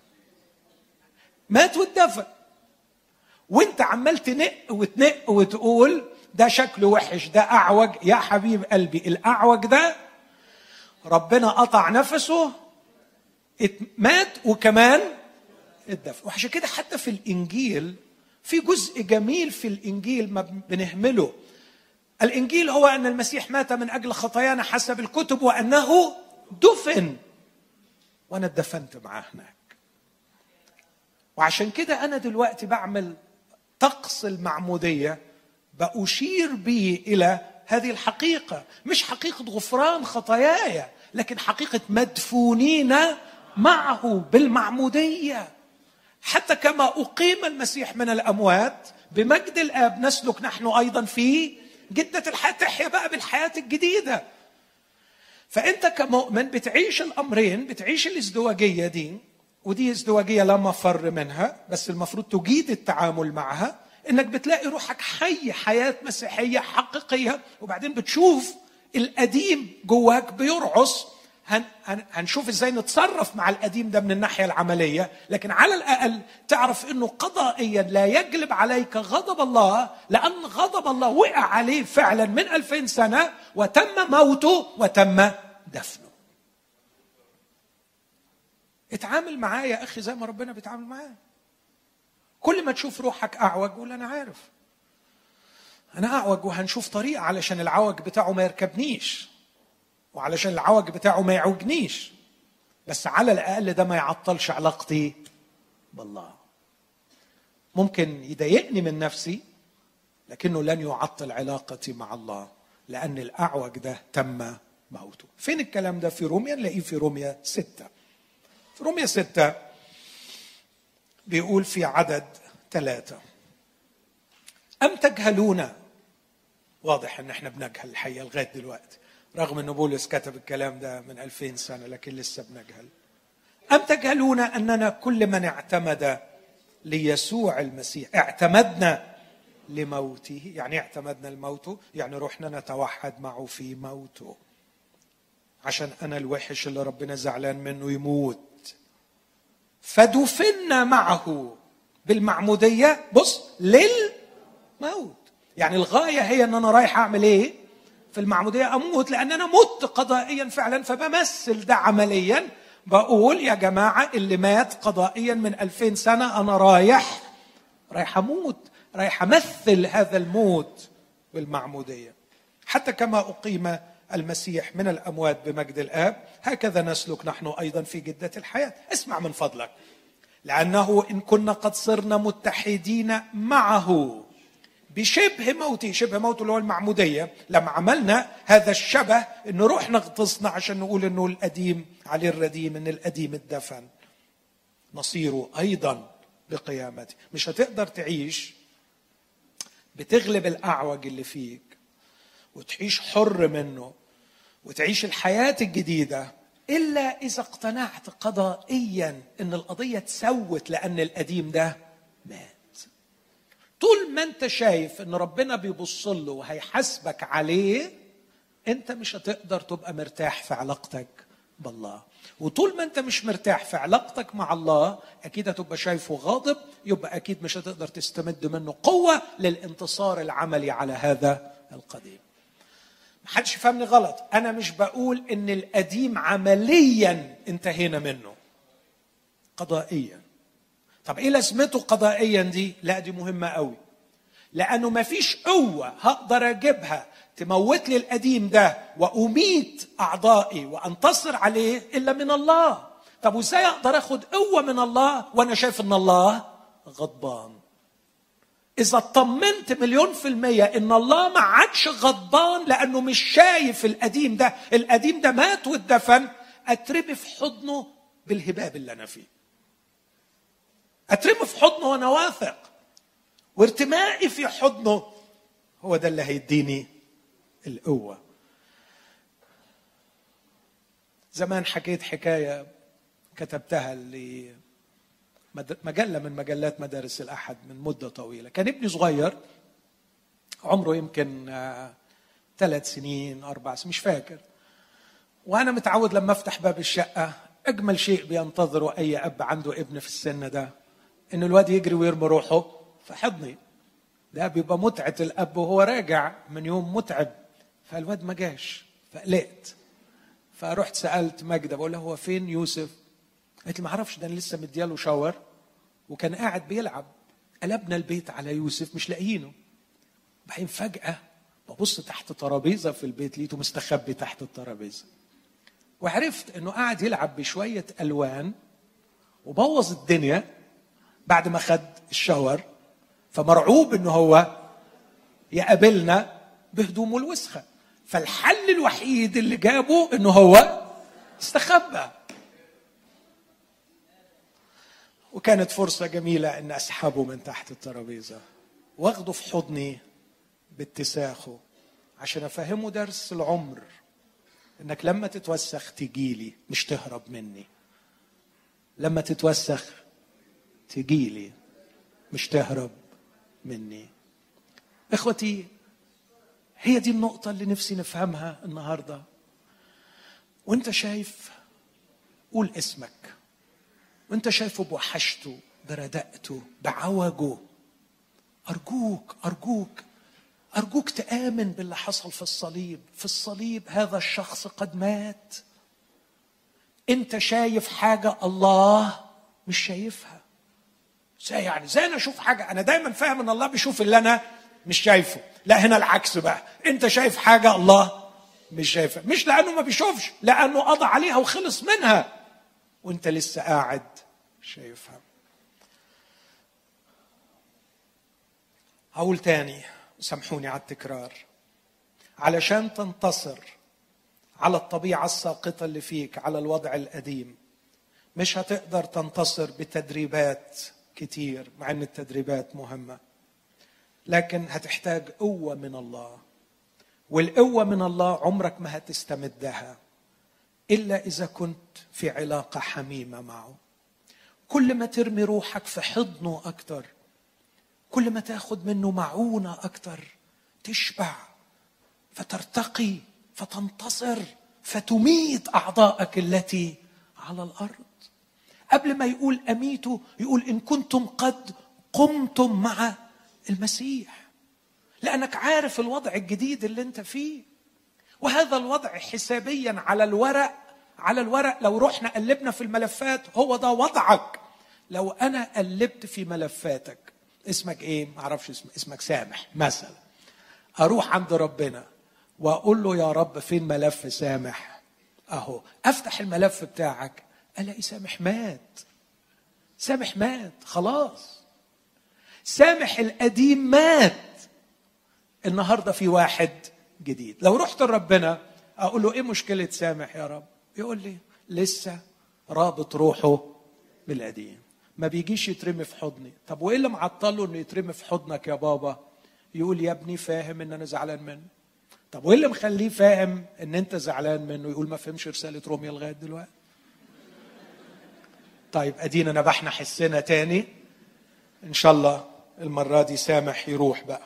مات والدفن، وانت عمال تنق وتنق وتقول ده شكله وحش، ده أعوج. يا حبيب قلبي، الأعوج ده ربنا قطع نفسه، مات وكمان الدفن. وعشان كده حتى في الإنجيل في جزء جميل في الإنجيل ما بنهمله. الإنجيل هو أن المسيح مات من أجل خطايانا حسب الكتب، وأنه دفن وأنا اتدفنت معاه هناك. وعشان كده أنا دلوقتي بعمل طقس المعمودية بأشير به إلى هذه الحقيقة، مش حقيقة غفران خطاياي، لكن حقيقة مدفونين معه بالمعمودية. حتى كما أقيم المسيح من الأموات بمجد الآب نسلك نحن أيضا في جدة الحياة، تحيا بقى بالحياة الجديدة. فأنت كمؤمن بتعيش الأمرين، بتعيش الازدواجية دي، ودي ازدواجية لا مفر منها، بس المفروض تجيد التعامل معها، إنك بتلاقي روحك حي حياة مسيحية حقيقية، وبعدين بتشوف القديم جواك بيرعص. هن هنشوف ازاي نتصرف مع القديم ده من الناحية العملية، لكن على الأقل تعرف انه قضائيا لا يجلب عليك غضب الله، لأن غضب الله وقع عليه فعلا من ألفين سنة، وتم موته وتم دفنه. اتعامل معاه يا أخي زي ما ربنا بيتعامل معاه. كل ما تشوف روحك أعوج قول أنا عارف أنا أعوج، وهنشوف طريقة علشان العوج بتاعه ما يركبنيش، وعلشان العوج بتاعه ما يعوجنيش، بس على الأقل ده ما يعطلش علاقتي بالله. ممكن يضايقني من نفسي، لكنه لن يعطل علاقتي مع الله، لأن الأعوج ده تم موته. فين الكلام ده في روميا؟ نلاقيه في روميا ستة. في روميا ستة بيقول في عدد ثلاثة: أم تجهلون؟ واضح ان احنا بنجهل الحقيقة لغاية دلوقتي، رغم ان بولس كتب الكلام ده من ألفين سنة، لكن لسه بنجهل. أم تجهلون أننا كل من اعتمد ليسوع المسيح اعتمدنا لموته؟ يعني اعتمدنا لموته، يعني روحنا نتوحد معه في موته، عشان أنا الوحش اللي ربنا زعلان منه يموت، فدفنا معه بالمعمودية، بص، للموت. يعني الغاية هي أن أنا رايح أعمل إيه في المعمودية؟ أموت، لأن أنا مت قضائيا فعلا. فبمثل ده عمليا، بقول يا جماعة اللي مات قضائيا من ألفين سنة أنا رايح رايح أموت. رايح أمثل هذا الموت بالمعمودية. حتى كما أقيم المسيح من الأموات بمجد الآب هكذا نسلك نحن أيضا في جدة الحياة. اسمع من فضلك، لأنه إن كنا قد صرنا متحدين معه بشبه موته، شبه موته اللي هو المعمودية، لما عملنا هذا الشبه إنه روح نغطسنا عشان نقول إنه القديم عليه الرديم، إن القديم اتدفن، نصير أيضا بقيامته. مش هتقدر تعيش بتغلب الأعوج اللي فيك وتعيش حر منه وتعيش الحياة الجديدة إلا إذا اقتنعت قضائيا إن القضية تسوت لأن القديم ده مات. طول ما أنت شايف إن ربنا بيبص له وهيحاسبك عليه، أنت مش هتقدر تبقى مرتاح في علاقتك بالله. وطول ما أنت مش مرتاح في علاقتك مع الله، أكيد هتبقى شايفه غاضب، يبقى أكيد مش هتقدر تستمد منه قوة للانتصار العملي على هذا القديم. محدش يفهمني غلط، أنا مش بقول إن القديم عمليا انتهينا منه، قضائيا. طب إيه لازمته قضائيا دي؟ لا دي مهمة قوي، لأنه مفيش قوة هقدر أجيبها تموت لي القديم ده وأميت أعضائي وأنتصر عليه إلا من الله. طب وإزاي أقدر أخد قوة من الله وأنا شايف إن الله غضبان؟ إذا اطمنت مليون في المية إن الله ما عادش غضبان لأنه مش شايف القديم ده، القديم ده مات واتدفن، أترمي في حضنه بالهباب اللي أنا فيه، أترمي في حضنه وأنا واثق، وارتمائي في حضنه هو ده اللي هيديني القوة. زمان حكيت حكاية كتبتها لمجلة من مجلات مدارس الأحد من مدة طويلة. كان ابني صغير عمره يمكن ثلاث سنين أربع سنين مش فاكر، وأنا متعود لما أفتح باب الشقة أجمل شيء بينتظره أي أب عنده ابن في السن ده إن الواد يجري ويرمي روحه في حضني. ده بيبقى متعة الأب وهو راجع من يوم متعب. فالواد ما جاش، فقلقت، فرحت سألت ماجدة بقول له هو فين يوسف؟ قالت لي ما اعرفش، ده انا لسه مدياله شاور وكان قاعد بيلعب. قلبنا البيت على يوسف مش لاقيينه. بعدين فجأة ببص تحت ترابيزة في البيت لقيته مستخبي تحت الترابيزة، وعرفت انه قاعد يلعب بشوية ألوان وبوظ الدنيا بعد ما خد الشاور، فمرعوب انه هو يقابلنا بهدومه الوسخة. فالحل الوحيد اللي جابه انه هو استخبى. وكانت فرصة جميلة ان اسحبه من تحت الترابيزة واخده في حضني باتساخه عشان افهمه درس العمر، انك لما تتوسخ تجيلي مش تهرب مني. لما تتوسخ تجيلي مش تهرب مني. اخوتي، هي دي النقطة اللي نفسي نفهمها النهاردة. وانت شايف قول اسمك، وانت شايفه بوحشته بردقته بعوجه، أرجوك أرجوك أرجوك تآمن باللي حصل في الصليب. في الصليب هذا الشخص قد مات. انت شايف حاجة الله مش شايفها. زي يعني زي انا اشوف حاجة، انا دايما فاهم ان الله بيشوف اللي انا مش شايفه. لا هنا العكس بقى، انت شايف حاجة الله مش شايفها، مش لانه ما بيشوفش، لانه قضى عليها وخلص منها وانت لسه قاعد شايفها. هقول تاني، سامحوني على التكرار، علشان تنتصر على الطبيعة الساقطة اللي فيك، على الوضع القديم، مش هتقدر تنتصر بتدريبات كتير، مع ان التدريبات مهمة، لكن هتحتاج قوة من الله. والقوة من الله عمرك ما هتستمدها إلا إذا كنت في علاقة حميمة معه. كل ما ترمي روحك في حضنه أكتر، كل ما تاخد منه معونة أكتر، تشبع فترتقي فتنتصر فتميت أعضائك التي على الأرض. قبل ما يقول أميتوا يقول إن كنتم قد قمتم مع المسيح، لأنك عارف الوضع الجديد اللي انت فيه. وهذا الوضع حسابيا على الورق، على الورق لو رحنا قلبنا في الملفات هو ده وضعك. لو أنا قلبت في ملفاتك اسمك ايه؟ ما اعرفش اسمك اسمك سامح مثلا. اروح عند ربنا واقول له يا رب فين ملف سامح؟ اهو افتح الملف بتاعك الاقي سامح مات. سامح مات خلاص. سامح القديم مات. النهارده في واحد جديد. لو رحت لربنا اقول له ايه مشكله سامح يا رب؟ يقول لي لسه رابط روحه بالقديم، ما بيجيش يترمي في حضني. طب وايه اللي معطله انه يترمي في حضنك يا بابا؟ يقول يا ابني فاهم ان انا زعلان منه. طب وايه اللي مخليه فاهم ان انت زعلان منه؟ يقول ما فهمش رساله روميا لغايه دلوقتي. طيب ادينا نبحنا حسنا تاني، ان شاء الله المره دي سامح يروح بقى.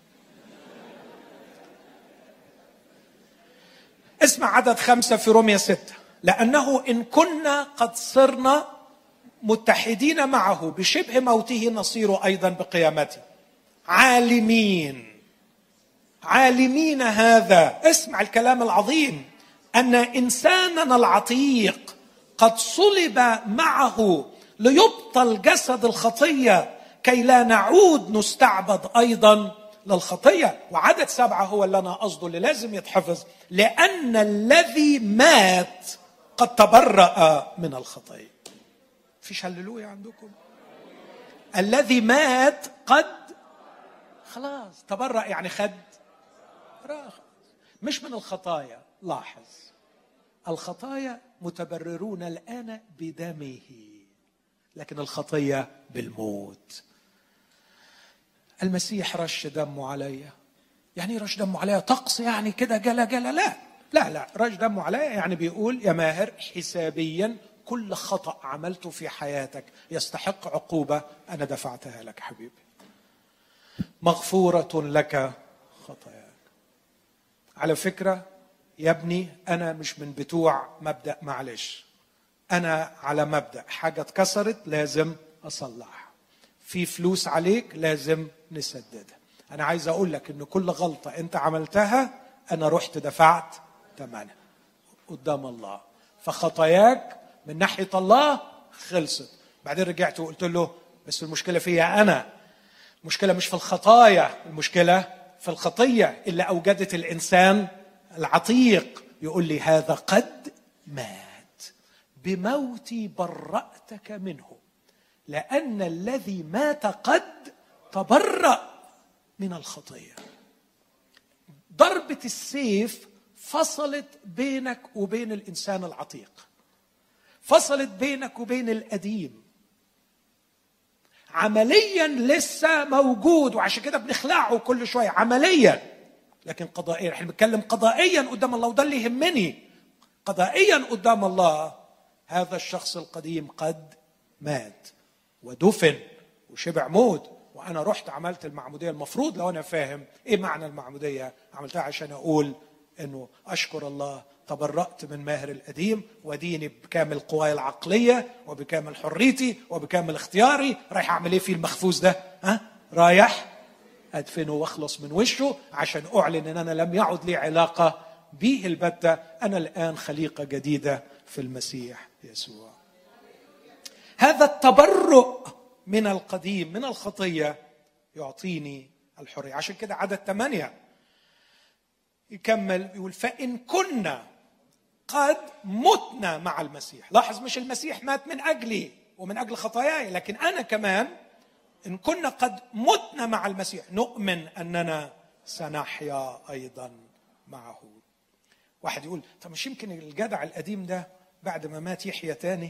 اسمع عدد خمسة في روميا ستة. لأنه إن كنا قد صرنا متحدين معه بشبه موته نصير أيضا بقيامته، عالمين عالمين هذا، اسمع الكلام العظيم، أن إنساننا العتيق قد صلب معه ليبطل جسد الخطية كي لا نعود نستعبد أيضا للخطية. وعدد سبعة هو اللي أنا قصده اللي لازم يتحفظ، لأن الذي مات قد تبرأ من الخطية. فيش هللويا عندكم؟ الذي مات قد خلاص تبرأ، يعني خد راح مش من الخطايا. لاحظ الخطايا متبررون الآن بدمه، لكن الخطية بالموت. المسيح رش دمه عليا. يعني رش دمه عليا طقس يعني كده جلا جلا؟ لا لا لا، رش دمه عليا يعني بيقول يا ماهر حسابيا كل خطأ عملته في حياتك يستحق عقوبة أنا دفعتها لك حبيبي. مغفورة لك خطاياك. على فكرة يا ابني أنا مش من بتوع مبدأ معلش، أنا على مبدأ حاجة اتكسرت لازم أصلحها، في فلوس عليك لازم نسددها. أنا عايز أقول لك إن كل غلطة أنت عملتها أنا رحت دفعت ثمنها قدام الله، فخطاياك من ناحية الله خلصت. بعدين رجعت وقلت له بس المشكلة فيها أنا، المشكلة مش في الخطايا، المشكلة في الخطية اللي أوجدت الإنسان العتيق. يقول لي هذا قد مات بموتي برأتك منه، لأن الذي مات قد تبرأ من الخطية. ضربة السيف فصلت بينك وبين الإنسان العتيق، فصلت بينك وبين القديم. عمليا لسه موجود وعشان كده بنخلعه كل شوية عمليا، لكن قضائيا احنا بنتكلم قضائيا قدام الله، وده اللي يهمني. قضائيا قدام الله هذا الشخص القديم قد مات ودفن وشبع موت. وانا رحت عملت المعموديه، المفروض لو انا فاهم ايه معنى المعموديه عملتها عشان اقول انه اشكر الله تبرأت من ماهر القديم وديني بكامل قواي العقليه وبكامل حريتي وبكامل اختياري. رايح اعمل ايه في المخفوز ده؟ ها رايح ادفنه واخلص من وشه عشان اعلن ان انا لم يعد لي علاقه به البتة. انا الان خليقه جديده في المسيح يسوع. هذا التبرؤ من القديم من الخطيه يعطيني الحريه. عشان كده عدد ثمانية يكمل يقول فإن كنا قد متنا مع المسيح. لاحظ مش المسيح مات من أجلي ومن أجل خطاياي، لكن أنا كمان إن كنا قد متنا مع المسيح نؤمن أننا سنحيا أيضا معه. واحد يقول طب مش يمكن الجدع القديم ده بعد ما مات يحيا تاني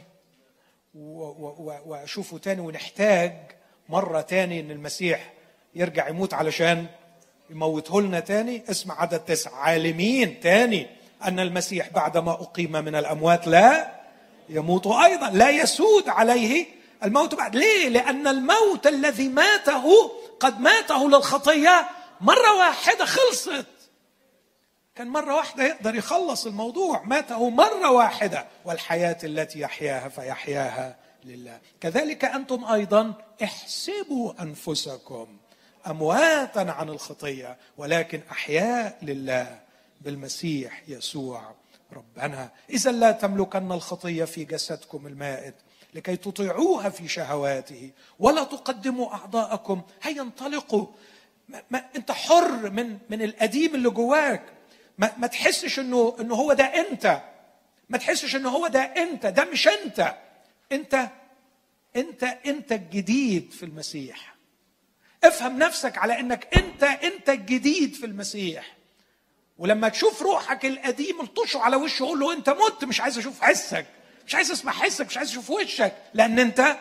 وأشوفه تاني ونحتاج مرة تاني إن المسيح يرجع يموت علشان يموته لنا تاني؟ اسمع عدد تسعة. عالمين تاني أن المسيح بعدما أقيم من الأموات لا يموت أيضا، لا يسود عليه الموت بعد. ليه؟ لأن الموت الذي ماته قد ماته للخطية مرة واحدة خلصت. كان مرة واحدة يقدر يخلص الموضوع، ماته مرة واحدة. والحياة التي يحياها فيحياها لله. كذلك أنتم أيضا احسبوا أنفسكم أمواتا عن الخطية ولكن أحياء لله بالمسيح يسوع ربنا. إذا لا تملكن الخطية في جسدكم المائت لكي تطيعوها في شهواته ولا تقدموا أعضاءكم. هيا انطلقوا. ما ما انت حر من من القديم اللي جواك. ما, ما تحسش انه انه هو ده انت. ما تحسش انه هو ده انت. ده مش انت. انت انت انت الجديد في المسيح. افهم نفسك على انك انت انت الجديد في المسيح. ولما تشوف روحك القديم الطشه على وشه قول له انت مت. مش عايز اشوف حسك، مش عايز اسمع حسك، مش عايز اشوف وشك، لان انت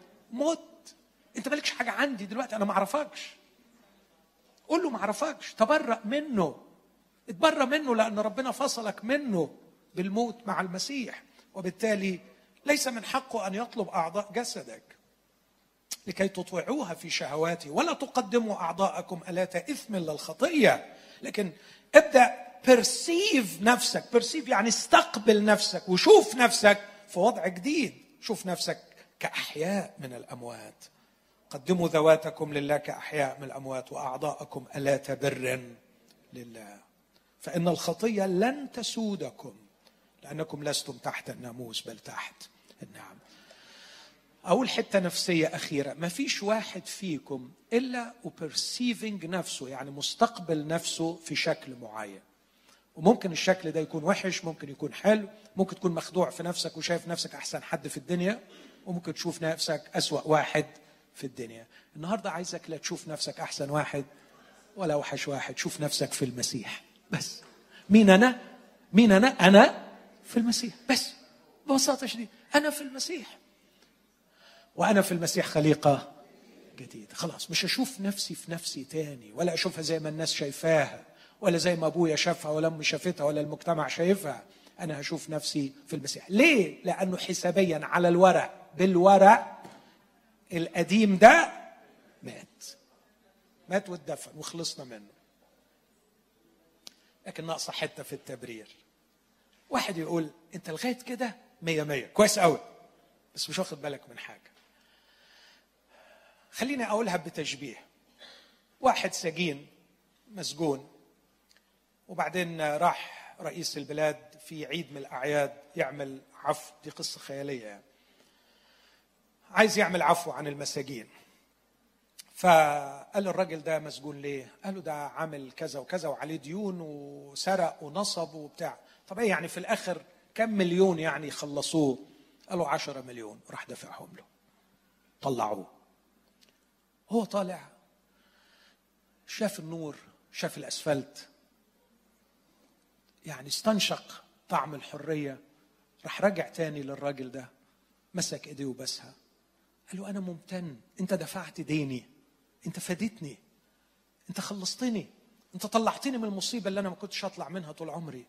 مت. انت مالكش حاجه عندي دلوقتي، انا ما اعرفكش. قول له ما اعرفكش. تبرأ منه. اتبرأ منه لان ربنا فصلك منه بالموت مع المسيح، وبالتالي ليس من حقه ان يطلب اعضاء جسدك لكي تطيعوها في شهواته ولا تقدموا اعضاءكم آلات اثم للخطيه. لكن ابدا بيرسيف نفسك. بيرسيف يعني استقبل نفسك وشوف نفسك في وضع جديد. شوف نفسك كأحياء من الأموات. قدموا ذواتكم لله كأحياء من الأموات وأعضاءكم آلات بر لله، فإن الخطية لن تسودكم لأنكم لستم تحت الناموس بل تحت النعم. أول حتة نفسية أخيرة. ما فيش واحد فيكم إلا وبرسيفنج نفسه، يعني مستقبل نفسه في شكل معين. وممكن الشكل ده يكون وحش، ممكن يكون حلو، ممكن تكون مخدوع في نفسك وشايف نفسك أحسن حد في الدنيا، وممكن تشوف نفسك أسوأ واحد في الدنيا. النهاردة عايزك لا تشوف نفسك أحسن واحد ولا أوحش واحد. شوف نفسك في المسيح بس. مين أنا؟ مين أنا؟ أنا في المسيح بس. ببساطة شديدة أنا في المسيح، وأنا في المسيح خليقة جديدة. خلاص مش أشوف نفسي في نفسي تاني، ولا أشوفها زي ما الناس شايفاها، ولا زي ما أبويا شافها ولا أمي شافتها ولا المجتمع شايفها. أنا هشوف نفسي في المسيح. ليه؟ لأنه حسابيا على الورق، بالورق القديم ده مات مات واتدفن وخلصنا منه. لكن ناقصة حتة في التبرير. واحد يقول أنت لغاية كده مية مية كويس قوي، بس مش واخد بالك من حاجة. خليني أقولها بتشبيه. واحد سجين مسجون، وبعدين راح رئيس البلاد في عيد من الأعياد يعمل عفو. دي قصة خيالية يعني. عايز يعمل عفو عن المساجين. فقال الراجل ده مسجون ليه؟ قالوا ده عامل كذا وكذا وعليه ديون وسرق ونصب وبتاع. طب ايه يعني في الآخر كم مليون يعني خلصوه؟ قالوا عشرة مليون. راح دفعهم له، طلعوه. هو طالع شاف النور، شاف الأسفلت، يعني استنشق طعم الحرية. راح رجع تاني للراجل ده، مسك ايديه وبسها، قال له أنا ممتن، أنت دفعت ديني، أنت فديتني، أنت خلصتني، أنت طلعتني من المصيبة اللي أنا ما كنتش أطلع منها طول عمري.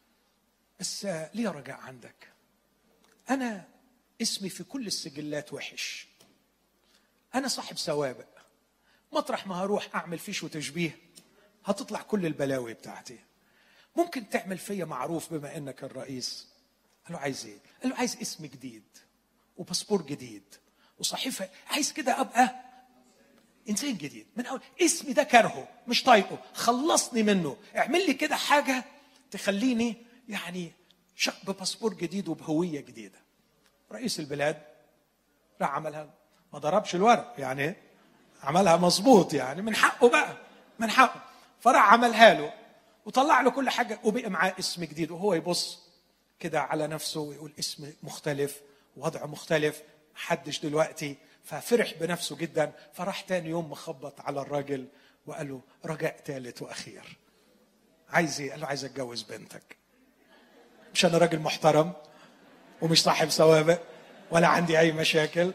بس ليه رجاء عندك؟ أنا اسمي في كل السجلات وحش، أنا صاحب سوابق، مطرح ما هروح أعمل فيش وتشبيه هتطلع كل البلاوي بتاعتي. ممكن تعمل فيا معروف بما إنك الرئيس؟ قال له عايز إيه؟ قال له عايز اسم جديد وباسبور جديد وصحيفة. عايز كده أبقى إنسان جديد من أول. اسمي ده كرهه، مش طايقه، خلصني منه. اعمل لي كده حاجة تخليني يعني شق بباسبور جديد وبهوية جديدة. رئيس البلاد راح عملها، ما ضربش الورق يعني، عملها مظبوط يعني، من حقه بقى، من حقه. فراح عملها له وطلع له كل حاجة، وبقى معاه اسم جديد. وهو يبص كده على نفسه ويقول اسم مختلف، وضع مختلف، محدش دلوقتي. ففرح بنفسه جدا. فراح تاني يوم مخبط على الراجل وقال له رجاء ثالث وأخير. عايز ايه؟ قال له عايز اتجوز بنتك. مش انا راجل محترم ومش صاحب سوابق ولا عندي اي مشاكل؟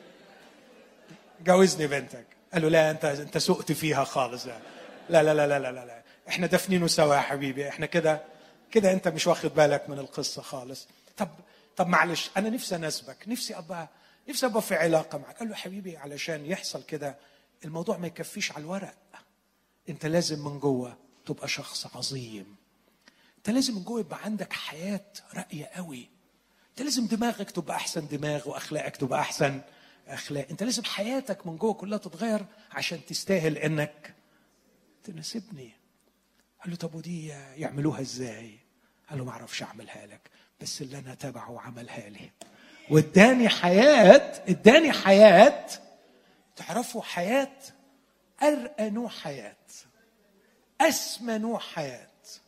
جوزني بنتك. قال له لا، انت انت سقت فيها خالص يعني. لا لا لا لا لا لا احنا دفنينه سوا يا حبيبي، احنا كده كده انت مش واخد بالك من القصه خالص. طب طب معلش انا نفسي اناسبك، نفسي ابقى نفسي ابقى في علاقه معك. قال له حبيبي علشان يحصل كده الموضوع ما يكفيش على الورق، انت لازم من جوه تبقى شخص عظيم. انت لازم من جوه يبقى عندك حياه راقيه قوي. انت لازم دماغك تبقى احسن دماغ واخلاقك تبقى احسن اخلاق. انت لازم حياتك من جوه كلها تتغير عشان تستاهل انك تناسبني. قال له طب ودي يعملوها ازاي؟ قال له ما اعرفش اعملها لك، بس اللي انا تابعه عملها لي. واداني حياة، اداني حياة. تعرفوا حياة أرقى نوع حياة، أسمى نوع حياة.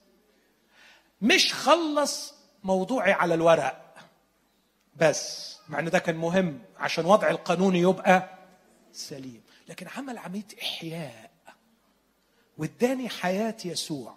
مش خلص موضوعي على الورق بس، مع ان ده كان مهم عشان وضع القانون يبقى سليم، لكن عمل عملية إحياء واداني حياة يسوع.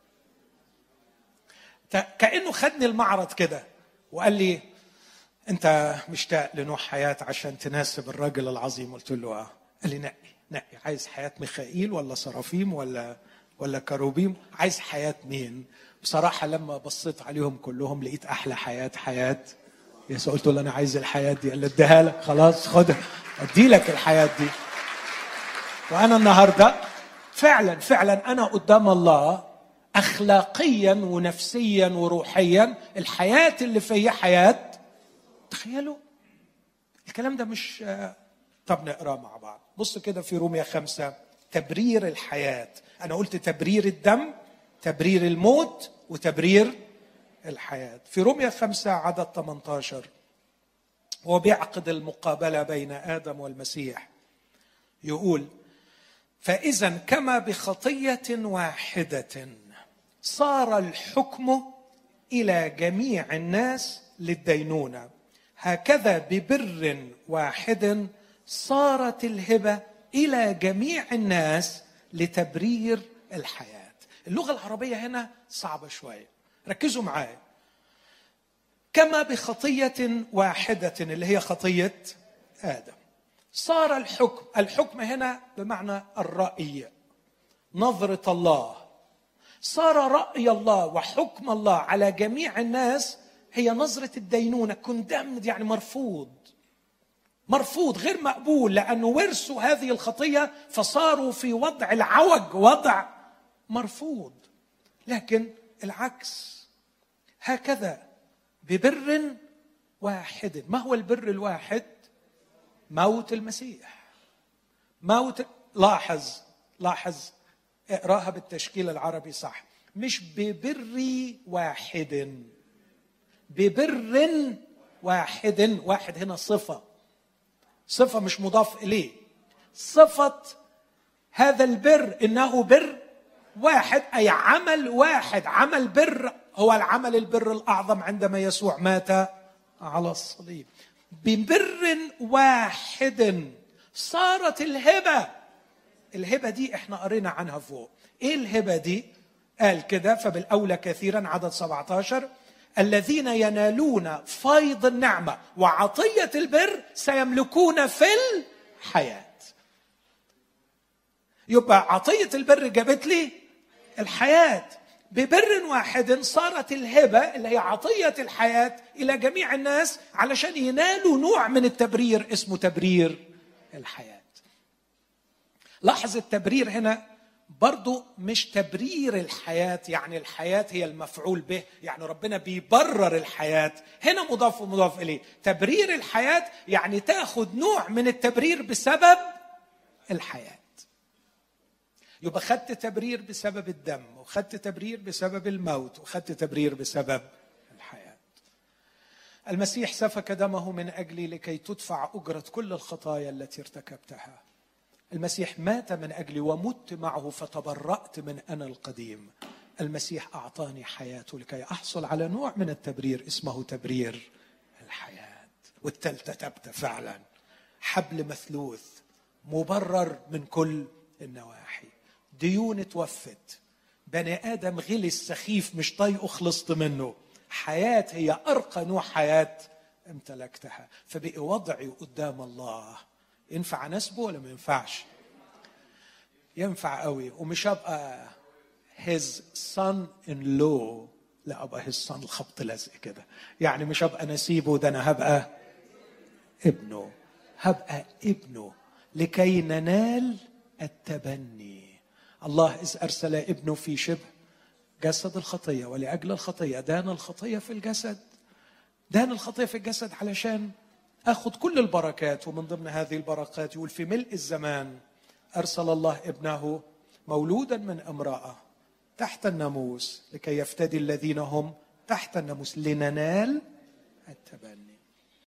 كأنه خدني المعرض كده وقال لي انت مشتاق لنوع حياة عشان تناسب الراجل العظيم؟ قلت له اه. قال لي نقي نقي، عايز حياة ميخائيل ولا سرافيم ولا ولا كروبيم؟ عايز حياة مين؟ بصراحة لما بصيت عليهم كلهم لقيت أحلى حياة حياة يسوع. قلت له أنا عايز الحياة دي. قال لي اديها لك، خلاص خدها، أدي لك الحياة دي. وأنا النهاردة فعلا فعلا أنا قدام الله أخلاقيا ونفسيا وروحيا الحياة اللي فيها حياة. تخيلوا الكلام ده مش. طب نقرأ مع بعض. بص كده في رومية خمسة، تبرير الحياة. أنا قلت تبرير الدم، تبرير الموت، وتبرير الحياة. في رومية خمسة عدد ثمانية عشر هو بيعقد المقابلة بين آدم والمسيح. يقول فإذا كما بخطية واحدة صار الحكم إلى جميع الناس للدينونة، هكذا ببر واحد صارت الهبة إلى جميع الناس لتبرير الحياة. اللغة العربية هنا صعبة شوية، ركزوا معايا. كما بخطية واحدة اللي هي خطية آدم صار الحكم. الحكم هنا بمعنى الرأي، نظرة الله. صار رأي الله وحكم الله على جميع الناس هي نظرة الدينونة. كوندمد يعني مرفوض، مرفوض غير مقبول، لأنه ورثوا هذه الخطية فصاروا في وضع العوج، وضع مرفوض. لكن العكس، هكذا ببر واحد. ما هو البر الواحد؟ موت المسيح. موت. لاحظ لاحظ اقراها بالتشكيل العربي صح، مش ببر واحد، ببر واحد. واحد هنا صفة، صفة مش مضاف إليه. صفة هذا البر إنه بر واحد، أي عمل واحد. عمل بر هو العمل البر الأعظم عندما يسوع مات على الصليب. ببر واحد صارت الهبة. الهبة دي احنا قرينا عنها فوق. ايه الهبة دي؟ قال كده فبالأولى كثيرا عدد سبعة عشر الذين ينالون فيض النعمة وعطية البر سيملكون في الحياة. يبقى عطية البر جابت لي الحياة. ببر واحد صارت الهبة اللي هي عطية الحياة إلى جميع الناس علشان ينالوا نوع من التبرير اسمه تبرير الحياة. لاحظ التبرير هنا برضو مش تبرير الحياة يعني الحياة هي المفعول به، يعني ربنا بيبرر الحياة. هنا مضاف ومضاف إليه. تبرير الحياة يعني تأخذ نوع من التبرير بسبب الحياة. يبقى خدت تبرير بسبب الدم، وخدت تبرير بسبب الموت، وخدت تبرير بسبب الحياة. المسيح سفك دمه من أجلي لكي تدفع أجرة كل الخطايا التي ارتكبتها. المسيح مات من أجلي ومت معه فتبرأت من أنا القديم. المسيح أعطاني حياته لكي أحصل على نوع من التبرير اسمه تبرير الحياة. والتالتة تبت فعلا حبل مثلوث مبرر من كل النواحي. ديون اتوفت، بني آدم غلس سخيف مش طايقه خلصت منه. حياة هي أرقى نوع حياة امتلكتها. فبقي وضعي قدام الله ينفع نسبه ولا ما ينفعش؟ ينفع قوي. ومش أبقى his son in law، لا أبقى his son الخبط لازق كده. يعني مش أبقى نسيبه، ده أنا هبقى ابنه، هبقى ابنه لكي ننال التبني. الله إذ أرسل ابنه في شبه جسد الخطية ولأجل الخطية دان الخطية في الجسد، دان الخطية في الجسد علشان أخذ كل البركات. ومن ضمن هذه البركات يقول في ملء الزمان أرسل الله ابنه مولودا من امرأة تحت الناموس لكي يفتدي الذين هم تحت الناموس لننال التبني.